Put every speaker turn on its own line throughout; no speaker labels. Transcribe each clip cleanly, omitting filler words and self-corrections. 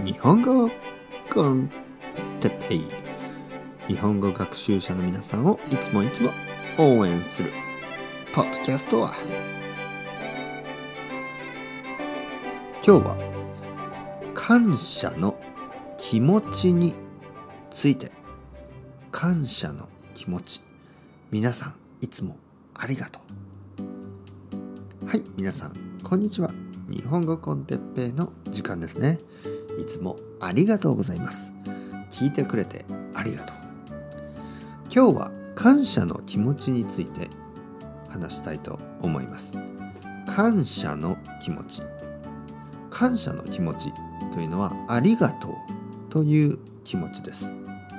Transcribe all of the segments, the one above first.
日本語コンテッペイ、日本語学習者の皆さんをいつも応援するポッドキャストは、今日は感謝の気持ちについて。感謝の気持ち、皆さんいつもありがとう。はい、皆さんこんにちは。日本語コンテッペイの時間ですね。いつもありがとうございます。聞いてくれてありがとう。今日は感謝の気持ちについて話したいと思います。感謝の気持ち。感謝の気持ちというのはありがとうという気持ちです。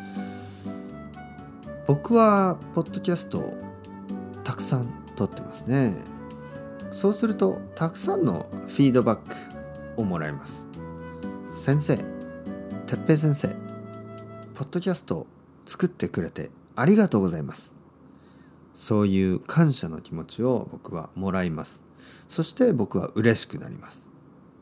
僕はポッドキャストをたくさん撮ってますね。そうするとたくさんのフィードバックをもらいます。先生、てっぺい先生、ポッドキャストを作ってくれてありがとうございます。そういう感謝の気持ちを僕はもらいます。そして僕は嬉しくなります。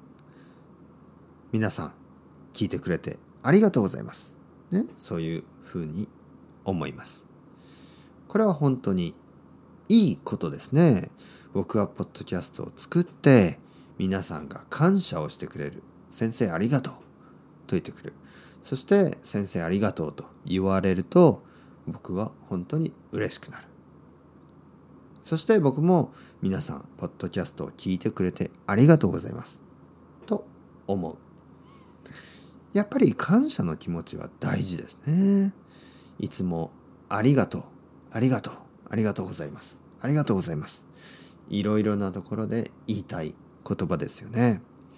皆さん聞いてくれてありがとうございます、ね、そういうふうに思います。これは本当にいいことですね。僕はポッドキャストを作って皆さんが感謝をしてくれる。先生ありがとうと言ってくれる。そして先生ありがとうと言われると僕は本当に嬉しくなる。そして僕も皆さんポッドキャストを聞いてくれてありがとうございますと思う。やっぱり感謝の気持ちは大事ですね。いつもありがとう、ありがとう、ありがとうございます、ありがとうございます。いろいろなところで言いたい言葉ですよね。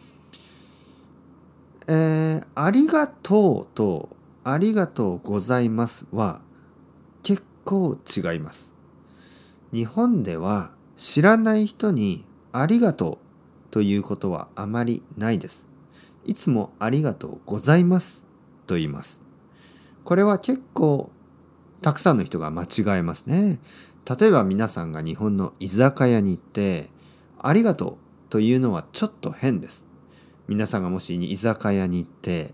ありがとうとありがとうございますは結構違います。日本では知らない人にありがとうということはあまりないです。いつもありがとうございますと言います。これは結構たくさんの人が間違えますね。例えば皆さんが日本の居酒屋に行ってありがとうというのはちょっと変です。皆さんがもし居酒屋に行って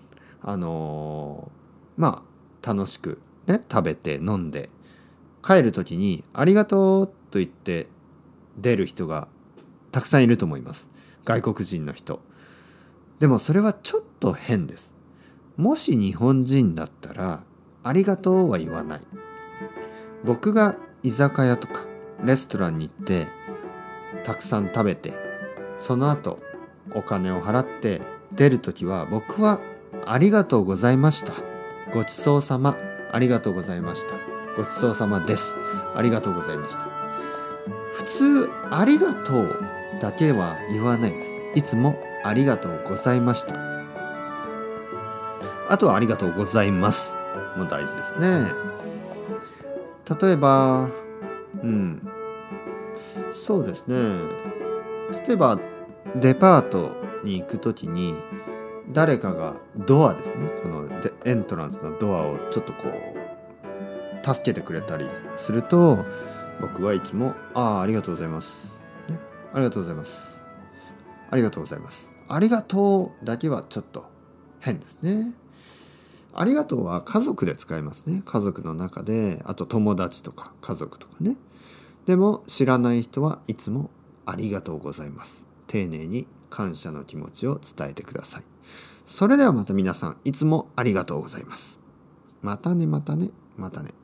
楽しくね食べて飲んで帰るときにありがとうと言って出る人がたくさんいると思います。外国人の人。でもそれはちょっと変です。もし日本人だったらありがとうは言わない。僕が居酒屋とかレストランに行ってたくさん食べてその後お金を払って出るときは僕はありがとうございました、ごちそうさま、ありがとうございました、ごちそうさまです、ありがとうございました。普通ありがとうだけは言わないです。いつもありがとうございました。あとはありがとうございますも大事ですね。例えばそうですね。例えばデパートに行くときに誰かがドアですね、このエントランスのドアをちょっと助けてくれたりすると僕はいつもありがとうございます、ね、ありがとうございます、ありがとうございます、ありがとうだけはちょっと変ですね。ありがとうは家族で使いますね。家族の中で、あと友達とか家族とかね。でも知らない人はいつもありがとうございます。丁寧に感謝の気持ちを伝えてください。それではまた皆さんいつもありがとうございます。またねまたねまたね。